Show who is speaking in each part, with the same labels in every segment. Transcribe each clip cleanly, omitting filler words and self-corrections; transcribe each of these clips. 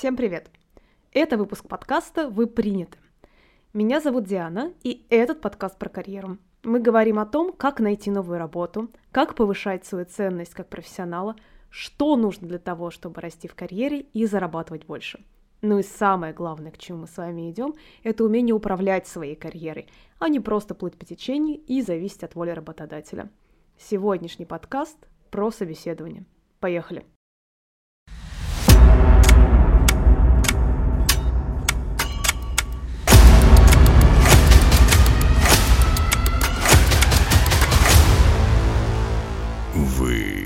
Speaker 1: Всем привет! Это выпуск подкаста «Вы приняты». Меня зовут Диана, и этот подкаст про карьеру. Мы говорим о том, как найти новую работу, как повышать свою ценность как профессионала, что нужно для того, чтобы расти в карьере и зарабатывать больше. Ну и самое главное, к чему мы с вами идем, это умение управлять своей карьерой, а не просто плыть по течению и зависеть от воли работодателя. Сегодняшний подкаст про собеседование. Поехали!
Speaker 2: Вы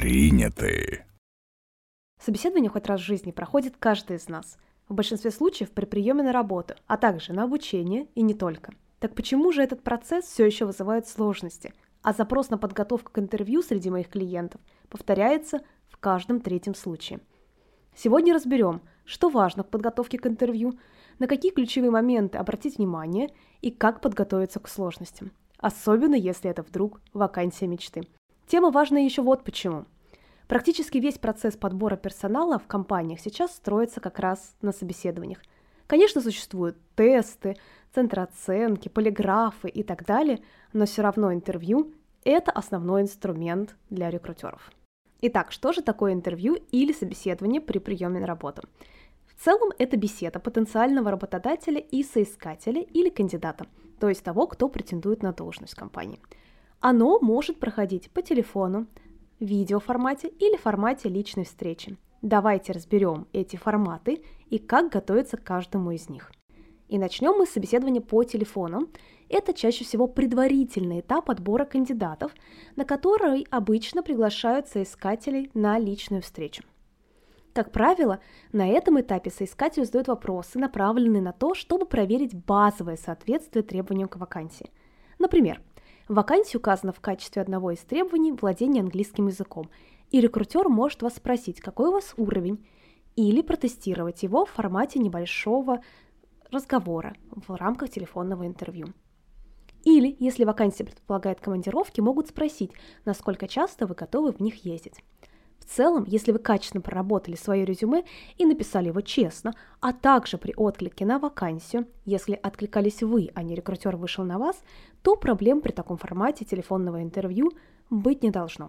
Speaker 2: приняты.
Speaker 1: Собеседование хоть раз в жизни проходит каждый из нас. В большинстве случаев при приеме на работу, а также на обучение и не только. Так почему же этот процесс все еще вызывает сложности, а запрос на подготовку к интервью среди моих клиентов повторяется в каждом третьем случае? Сегодня разберем, что важно в подготовке к интервью, на какие ключевые моменты обратить внимание и как подготовиться к сложностям, особенно если это вдруг вакансия мечты. Тема важна еще вот почему. Практически весь процесс подбора персонала в компаниях сейчас строится как раз на собеседованиях. Конечно, существуют тесты, центры оценки, полиграфы и так далее, но все равно интервью – это основной инструмент для рекрутеров. Итак, что же такое интервью или собеседование при приеме на работу? В целом, это беседа потенциального работодателя и соискателя или кандидата, то есть того, кто претендует на должность в компании. Оно может проходить по телефону, в видеоформате или формате личной встречи. Давайте разберем эти форматы и как готовиться к каждому из них. И начнем мы с собеседования по телефону. Это чаще всего предварительный этап отбора кандидатов, на который обычно приглашают соискателей на личную встречу. Как правило, на этом этапе соискателю задают вопросы, направленные на то, чтобы проверить базовое соответствие требованиям к вакансии. Например, в вакансии указано в качестве одного из требований владение английским языком, и рекрутер может вас спросить, какой у вас уровень, или протестировать его в формате небольшого разговора в рамках телефонного интервью. Или, если вакансия предполагает командировки, могут спросить, насколько часто вы готовы в них ездить. В целом, если вы качественно проработали свое резюме и написали его честно, а также при отклике на вакансию, если откликались вы, а не рекрутер вышел на вас, то проблем при таком формате телефонного интервью быть не должно.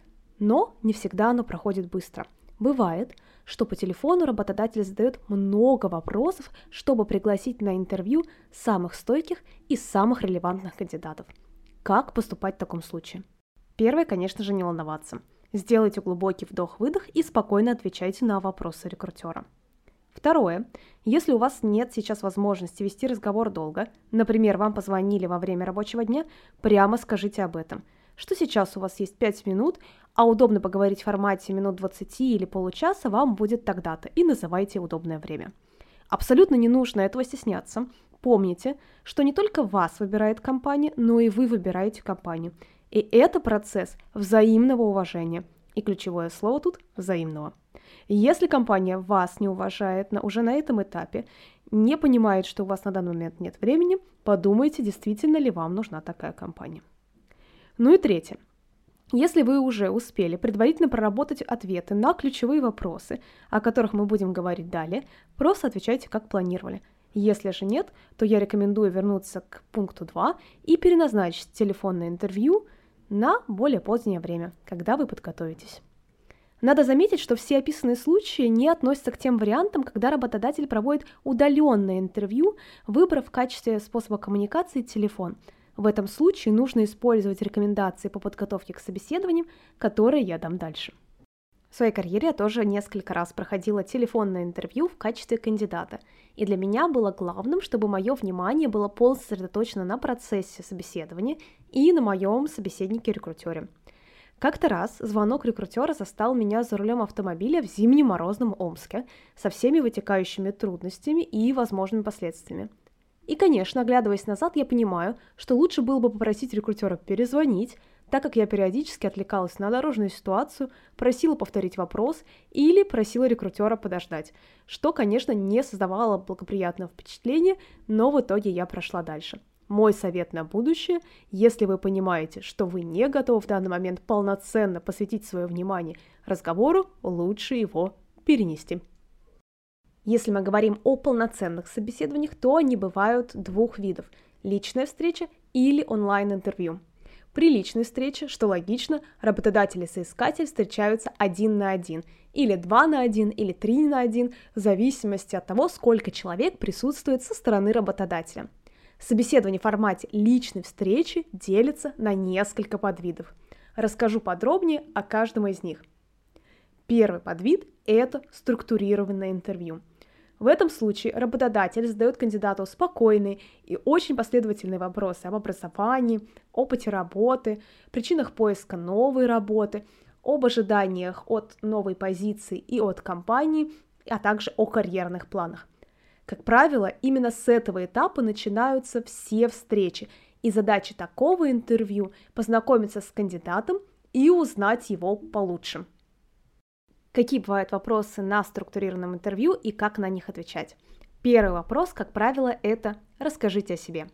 Speaker 1: Но не всегда оно проходит быстро. Бывает, что по телефону работодатель задает много вопросов, чтобы пригласить на интервью самых стойких и самых релевантных кандидатов. Как поступать в таком случае? Первое, конечно же, не волноваться. Сделайте глубокий вдох-выдох и спокойно отвечайте на вопросы рекрутера. Второе. Если у вас нет сейчас возможности вести разговор долго, например, вам позвонили во время рабочего дня, прямо скажите об этом, что сейчас у вас есть 5 минут, а удобно поговорить в формате минут 20 или получаса вам будет тогда-то, и называйте удобное время. Абсолютно не нужно этого стесняться. Помните, что не только вас выбирает компания, но и вы выбираете компанию. И это процесс взаимного уважения. И ключевое слово тут – взаимного. Если компания вас не уважает уже на этом этапе, не понимает, что у вас на данный момент нет времени, подумайте, действительно ли вам нужна такая компания. Ну и третье. Если вы уже успели предварительно проработать ответы на ключевые вопросы, о которых мы будем говорить далее, просто отвечайте, как планировали. Если же нет, то я рекомендую вернуться к пункту 2 и переназначить телефонное интервью на более позднее время, когда вы подготовитесь. Надо заметить, что все описанные случаи не относятся к тем вариантам, когда работодатель проводит удаленное интервью, выбрав в качестве способа коммуникации телефон. В этом случае нужно использовать рекомендации по подготовке к собеседованиям, которые я дам дальше. В своей карьере я тоже несколько раз проходила телефонное интервью в качестве кандидата, и для меня было главным, чтобы мое внимание было полностью сосредоточено на процессе собеседования и на моем собеседнике-рекрутере. Как-то раз звонок рекрутера застал меня за рулем автомобиля в зимнем морозном Омске со всеми вытекающими трудностями и возможными последствиями. И, конечно, оглядываясь назад, я понимаю, что лучше было бы попросить рекрутера перезвонить, так как я периодически отвлекалась на дорожную ситуацию, просила повторить вопрос или просила рекрутера подождать, что, конечно, не создавало благоприятного впечатления, но в итоге я прошла дальше. Мой совет на будущее, если вы понимаете, что вы не готовы в данный момент полноценно посвятить свое внимание разговору, лучше его перенести. Если мы говорим о полноценных собеседованиях, то они бывают двух видов – личная встреча или онлайн-интервью. При личной встрече, что логично, работодатель и соискатель встречаются 1 на 1, или 2 на 1, или 3 на 1, в зависимости от того, сколько человек присутствует со стороны работодателя. Собеседование в формате личной встречи делится на несколько подвидов. Расскажу подробнее о каждом из них. Первый подвид – это структурированное интервью. В этом случае работодатель задает кандидату спокойные и очень последовательные вопросы об образовании, опыте работы, причинах поиска новой работы, об ожиданиях от новой позиции и от компании, а также о карьерных планах. Как правило, именно с этого этапа начинаются все встречи, и задача такого интервью – познакомиться с кандидатом и узнать его получше. Какие бывают вопросы на структурированном интервью и как на них отвечать? Первый вопрос, как правило, это «расскажите о себе».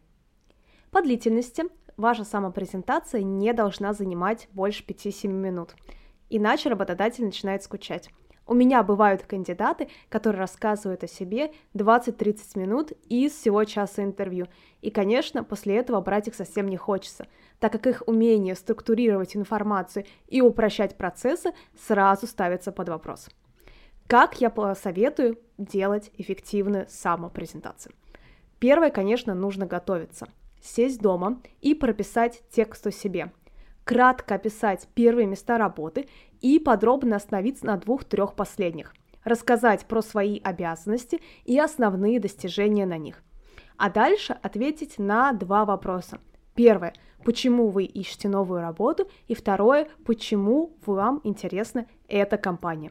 Speaker 1: По длительности ваша самопрезентация не должна занимать больше 5-7 минут, иначе работодатель начинает скучать. У меня бывают кандидаты, которые рассказывают о себе 20-30 минут из всего часа интервью. И, конечно, после этого брать их совсем не хочется, так как их умение структурировать информацию и упрощать процессы сразу ставится под вопрос. Как я советую делать эффективную самопрезентацию? Первое, конечно, нужно готовиться. Сесть дома и прописать текст о себе. Кратко описать первые места работы и подробно остановиться на 2-3 последних. Рассказать про свои обязанности и основные достижения на них. А дальше ответить на 2 вопроса. Первое – почему вы ищете новую работу? И второе – почему вам интересна эта компания?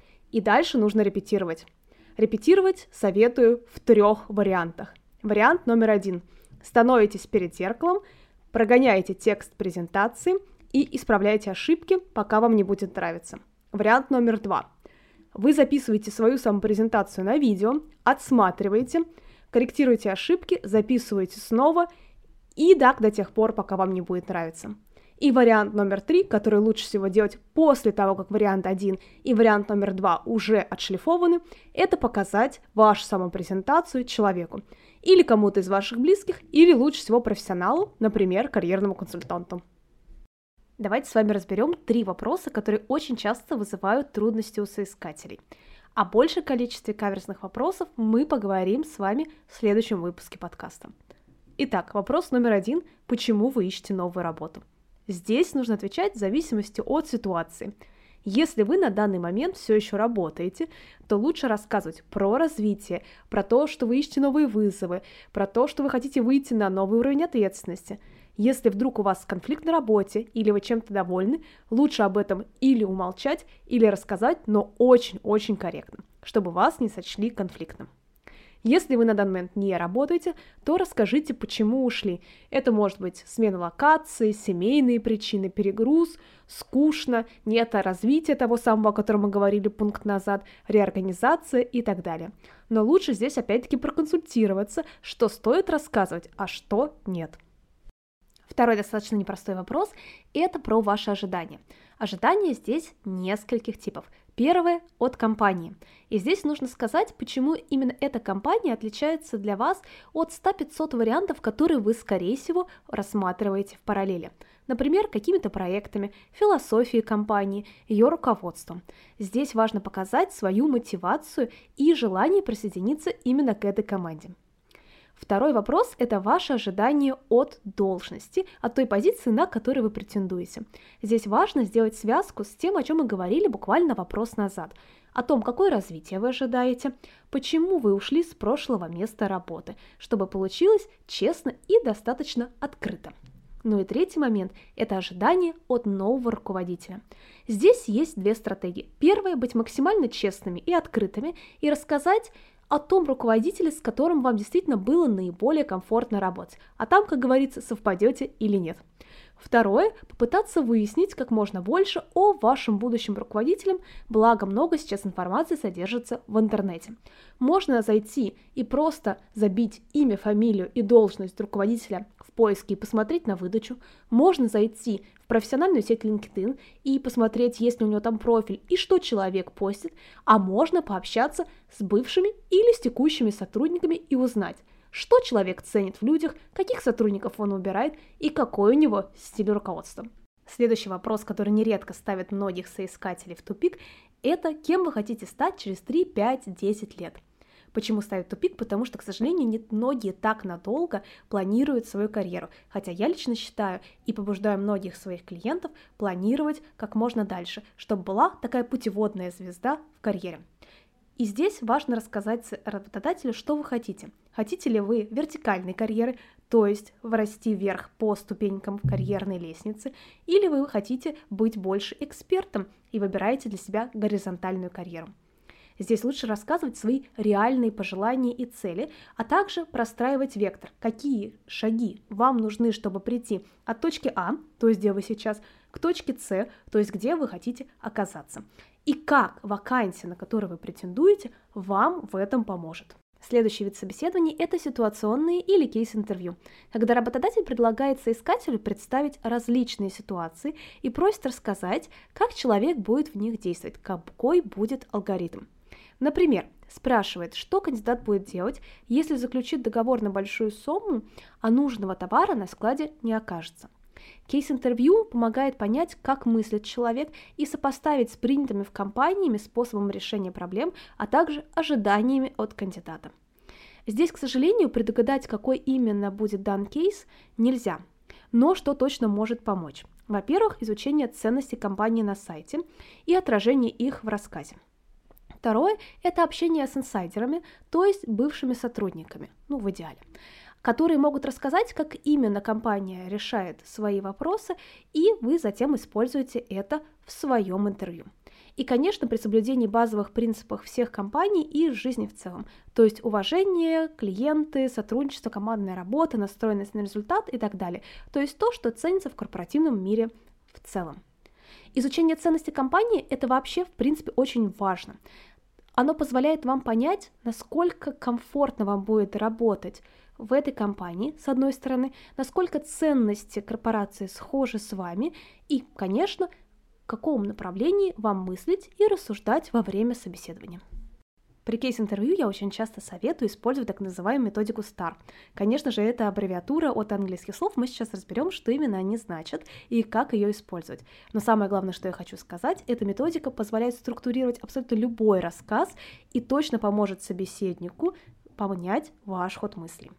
Speaker 1: И дальше нужно репетировать. Репетировать советую в 3 вариантах. Вариант номер 1. Становитесь перед зеркалом, прогоняете текст презентации и исправляете ошибки, пока вам не будет нравиться. Вариант номер 2. Вы записываете свою самопрезентацию на видео, отсматриваете, корректируете ошибки, записываете снова и так до тех пор, пока вам не будет нравиться. И вариант номер 3, который лучше всего делать после того, как вариант 1 и вариант номер 2 уже отшлифованы, это показать вашу самопрезентацию человеку. Или кому-то из ваших близких, или лучше всего профессионалу, например, карьерному консультанту. Давайте с вами разберем 3 вопроса, которые очень часто вызывают трудности у соискателей. О большем количестве каверзных вопросов мы поговорим с вами в следующем выпуске подкаста. Итак, вопрос номер 1. Почему вы ищете новую работу? Здесь нужно отвечать в зависимости от ситуации. Если вы на данный момент все еще работаете, то лучше рассказывать про развитие, про то, что вы ищете новые вызовы, про то, что вы хотите выйти на новый уровень ответственности. Если вдруг у вас конфликт на работе или вы чем-то довольны, лучше об этом или умолчать, или рассказать, но очень-очень корректно, чтобы вас не сочли конфликтным. Если вы на данный момент не работаете, то расскажите, почему ушли. Это может быть смена локации, семейные причины, перегруз, скучно, нет развития того самого, о котором мы говорили пункт назад, реорганизация и так далее. Но лучше здесь опять-таки проконсультироваться, что стоит рассказывать, а что нет. Второй достаточно непростой вопрос – это про ваши ожидания. Ожидания здесь нескольких типов. Первое – от компании. И здесь нужно сказать, почему именно эта компания отличается для вас от 100-500 вариантов, которые вы, скорее всего, рассматриваете в параллели. Например, какими-то проектами, философией компании, ее руководством. Здесь важно показать свою мотивацию и желание присоединиться именно к этой команде. Второй вопрос – это ваши ожидания от должности, от той позиции, на которую вы претендуете. Здесь важно сделать связку с тем, о чем мы говорили буквально вопрос назад, о том, какое развитие вы ожидаете, почему вы ушли с прошлого места работы, чтобы получилось честно и достаточно открыто. Ну и третий момент – это ожидание от нового руководителя. Здесь есть 2 стратегии. Первая – быть максимально честными и открытыми и рассказать о том руководителе, с которым вам действительно было наиболее комфортно работать, а там, как говорится, совпадете или нет. Второе – попытаться выяснить как можно больше о вашем будущем руководителе, благо много сейчас информации содержится в интернете. Можно зайти и просто забить имя, фамилию и должность руководителя в поиске и посмотреть на выдачу, можно зайти в профессиональную сеть LinkedIn и посмотреть, есть ли у него там профиль и что человек постит, а можно пообщаться с бывшими или с текущими сотрудниками и узнать, что человек ценит в людях, каких сотрудников он выбирает и какой у него стиль руководства. Следующий вопрос, который нередко ставит многих соискателей в тупик, это кем вы хотите стать через 3, 5, 10 лет. Почему ставят в тупик? Потому что, к сожалению, многие так надолго планируют свою карьеру. Хотя я лично считаю и побуждаю многих своих клиентов планировать как можно дальше, чтобы была такая путеводная звезда в карьере. И здесь важно рассказать работодателю, что вы хотите. Хотите ли вы вертикальной карьеры, то есть расти вверх по ступенькам карьерной лестницы, или вы хотите быть больше экспертом и выбираете для себя горизонтальную карьеру. Здесь лучше рассказывать свои реальные пожелания и цели, а также простраивать вектор, какие шаги вам нужны, чтобы прийти от точки А, то есть где вы сейчас, к точке С, то есть где вы хотите оказаться. И как вакансия, на которую вы претендуете, вам в этом поможет. Следующий вид собеседований – это ситуационные или кейс-интервью, когда работодатель предлагает соискателю представить различные ситуации и просит рассказать, как человек будет в них действовать, какой будет алгоритм. Например, спрашивает, что кандидат будет делать, если заключит договор на большую сумму, а нужного товара на складе не окажется. Кейс-интервью помогает понять, как мыслит человек и сопоставить с принятыми в компаниями способом решения проблем, а также ожиданиями от кандидата. Здесь, к сожалению, предугадать, какой именно будет дан кейс, нельзя, но что точно может помочь. Во-первых, изучение ценностей компании на сайте и отражение их в рассказе. Второе – это общение с инсайдерами, то есть бывшими сотрудниками, в идеале, которые могут рассказать, как именно компания решает свои вопросы, и вы затем используете это в своем интервью. И, конечно, при соблюдении базовых принципов всех компаний и жизни в целом, то есть уважение, клиенты, сотрудничество, командная работа, настроенность на результат и так далее, то есть то, что ценится в корпоративном мире в целом. Изучение ценностей компании – это вообще, в принципе, очень важно. Оно позволяет вам понять, насколько комфортно вам будет работать в этой компании, с одной стороны, насколько ценности корпорации схожи с вами и, конечно, в каком направлении вам мыслить и рассуждать во время собеседования. При кейс-интервью я очень часто советую использовать так называемую методику STAR. Конечно же, это аббревиатура от английских слов, мы сейчас разберем, что именно они значат и как ее использовать. Но самое главное, что я хочу сказать, эта методика позволяет структурировать абсолютно любой рассказ и точно поможет собеседнику понять ваш ход мысли.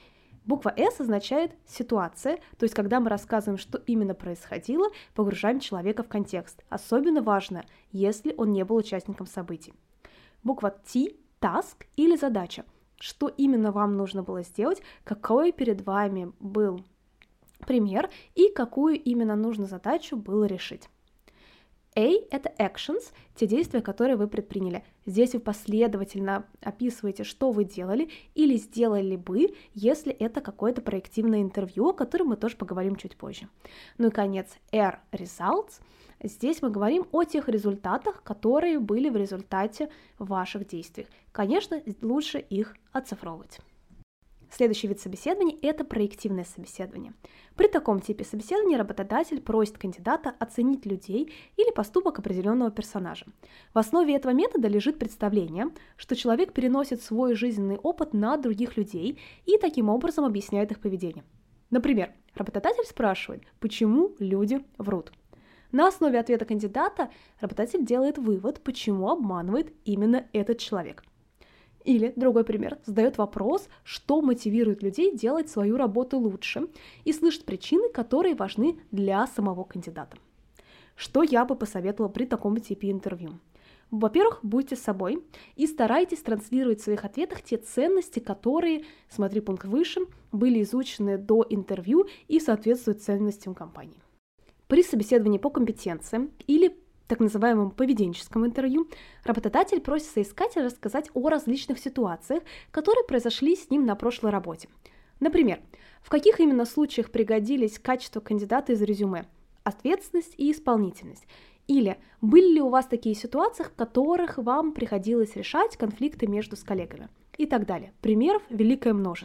Speaker 1: Буква «С» означает «ситуация», то есть когда мы рассказываем, что именно происходило, погружаем человека в контекст. Особенно важно, если он не был участником событий. Буква «Т» – «task» или «задача». Что именно вам нужно было сделать, какой перед вами был пример и какую именно нужно задачу было решить. A – это actions, те действия, которые вы предприняли. Здесь вы последовательно описываете, что вы делали или сделали бы, если это какое-то проективное интервью, о котором мы тоже поговорим чуть позже. Ну и конец R – results. Здесь мы говорим о тех результатах, которые были в результате ваших действий. Конечно, лучше их оцифровывать. Следующий вид собеседования – это проективное собеседование. При таком типе собеседования работодатель просит кандидата оценить людей или поступок определенного персонажа. В основе этого метода лежит представление, что человек переносит свой жизненный опыт на других людей и таким образом объясняет их поведение. Например, работодатель спрашивает, почему люди врут. На основе ответа кандидата работодатель делает вывод, почему обманывает именно этот человек. Или, другой пример, задает вопрос, что мотивирует людей делать свою работу лучше, и слышит причины, которые важны для самого кандидата. Что я бы посоветовала при таком типе интервью? Во-первых, будьте собой и старайтесь транслировать в своих ответах те ценности, которые, смотри пункт выше, были изучены до интервью и соответствуют ценностям компании. При собеседовании по компетенциям или так называемом поведенческом интервью работодатель просит соискателя рассказать о различных ситуациях, которые произошли с ним на прошлой работе. Например, в каких именно случаях пригодились качества кандидата из резюме, ответственность и исполнительность. Или были ли у вас такие ситуации, в которых вам приходилось решать конфликты между коллегами и так далее. Примеров великое множество.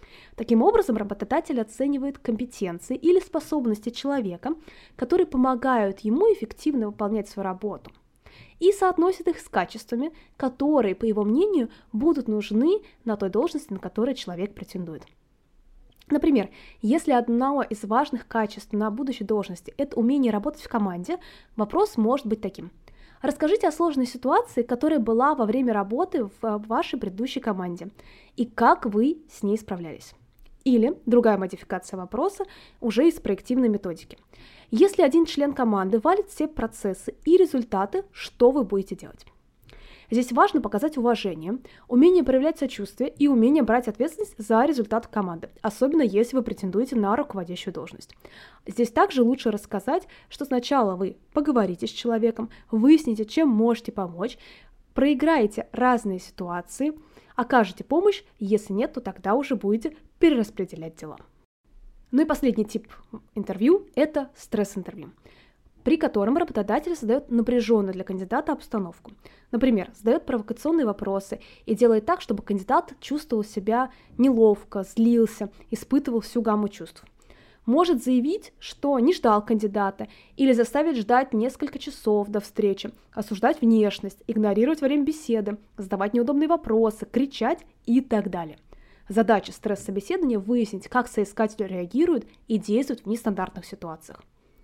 Speaker 1: Таким образом, работодатель оценивает компетенции или способности человека, которые помогают ему эффективно выполнять свою работу, и соотносит их с качествами, которые, по его мнению, будут нужны на той должности, на которую человек претендует. Например, если одно из важных качеств на будущей должности – это умение работать в команде, вопрос может быть таким. Расскажите о сложной ситуации, которая была во время работы в вашей предыдущей команде, и как вы с ней справлялись. Или другая модификация вопроса уже из проективной методики. Если один член команды валит все процессы и результаты, что вы будете делать? Здесь важно показать уважение, умение проявлять сочувствие и умение брать ответственность за результат команды, особенно если вы претендуете на руководящую должность. Здесь также лучше рассказать, что сначала вы поговорите с человеком, выясните, чем можете помочь, проиграете разные ситуации, окажете помощь, если нет, то тогда уже будете перераспределять дела. Ну и последний тип интервью – это стресс-интервью, при котором работодатель создает напряженную для кандидата обстановку. Например, задает провокационные вопросы и делает так, чтобы кандидат чувствовал себя неловко, злился, испытывал всю гамму чувств. Может заявить, что не ждал кандидата, или заставить ждать несколько часов до встречи, осуждать внешность, игнорировать во время беседы, задавать неудобные вопросы, кричать и так далее. Задача стресс-собеседования – выяснить, как соискатель реагирует и действует в нестандартных ситуациях.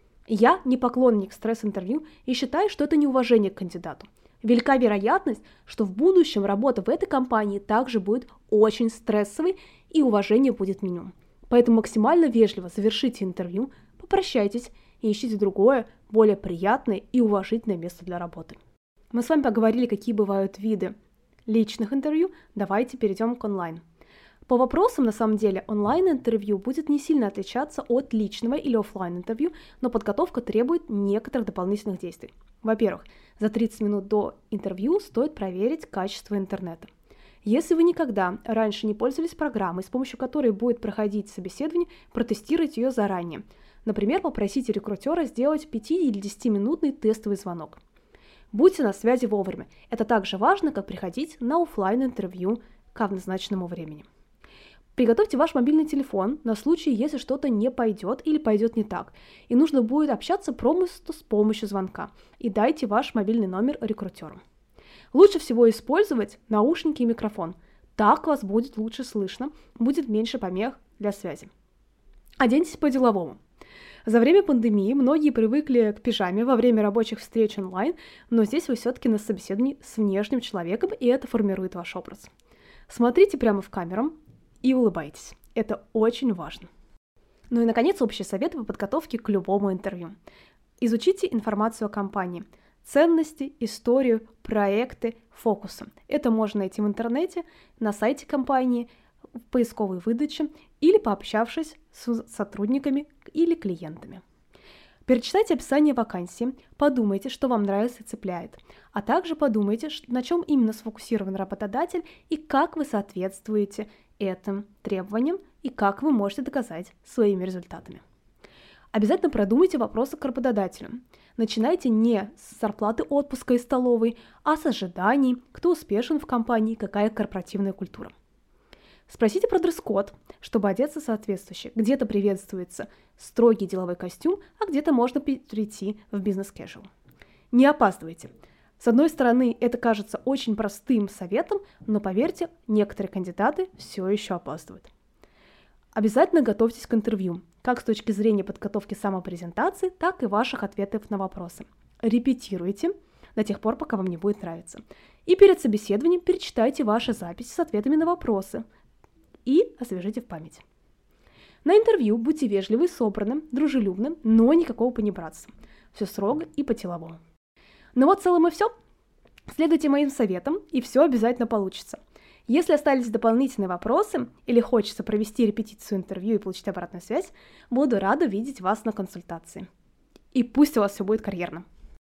Speaker 1: Я не поклонник стресс-интервью и считаю, что это неуважение к кандидату. Велика вероятность, что в будущем работа в этой компании также будет очень стрессовой и уважение будет минимум. Поэтому максимально вежливо завершите интервью, попрощайтесь и ищите другое, более приятное и уважительное место для работы. Мы с вами поговорили, какие бывают виды личных интервью. Давайте перейдем к онлайн. По вопросам, на самом деле, онлайн-интервью будет не сильно отличаться от личного или офлайн-интервью, но подготовка требует некоторых дополнительных действий. Во-первых, за 30 минут до интервью стоит проверить качество интернета. Если вы никогда раньше не пользовались программой, с помощью которой будет проходить собеседование, протестируйте ее заранее. Например, попросите рекрутера сделать 5 или 10-минутный тестовый звонок. Будьте на связи вовремя. Это так же важно, как приходить на офлайн-интервью к назначенному времени. Приготовьте ваш мобильный телефон на случай, если что-то не пойдет или пойдет не так, и нужно будет общаться просто с помощью звонка, и дайте ваш мобильный номер рекрутеру. Лучше всего использовать наушники и микрофон. Так вас будет лучше слышно, будет меньше помех для связи. Оденьтесь по-деловому. За время пандемии многие привыкли к пижаме во время рабочих встреч онлайн, но здесь вы все-таки на собеседовании с внешним человеком, и это формирует ваш образ. Смотрите прямо в камеру и улыбайтесь. Это очень важно. Ну и, наконец, общий совет по подготовке к любому интервью. Изучите информацию о компании. Ценности, историю, проекты, фокусы. Это можно найти в интернете, на сайте компании, в поисковой выдаче или пообщавшись с сотрудниками или клиентами. Перечитайте описание вакансии, подумайте, что вам нравится и цепляет, а также подумайте, на чем именно сфокусирован работодатель и как вы соответствуете этим требованиям и как вы можете доказать своими результатами. Обязательно продумайте вопросы к работодателю. Начинайте не с зарплаты, отпуска и столовой, а с ожиданий, кто успешен в компании, какая корпоративная культура. Спросите про дресс-код, чтобы одеться соответствующе. Где-то приветствуется строгий деловой костюм, а где-то можно перейти в бизнес-кэжуал. Не опаздывайте. С одной стороны, это кажется очень простым советом, но поверьте, некоторые кандидаты все еще опаздывают. Обязательно готовьтесь к интервью, как с точки зрения подготовки самопрезентации, так и ваших ответов на вопросы. Репетируйте до тех пор, пока вам не будет нравиться. И перед собеседованием перечитайте ваши записи с ответами на вопросы и освежите в памяти. На интервью будьте вежливы, собраны, дружелюбны, но никакого понебратства. Все строго и по-деловому. Ну вот в целом и все. Следуйте моим советам, и все обязательно получится. Если остались дополнительные вопросы или хочется провести репетицию интервью и получить обратную связь, буду рада видеть вас на консультации. И пусть у вас все будет карьерно.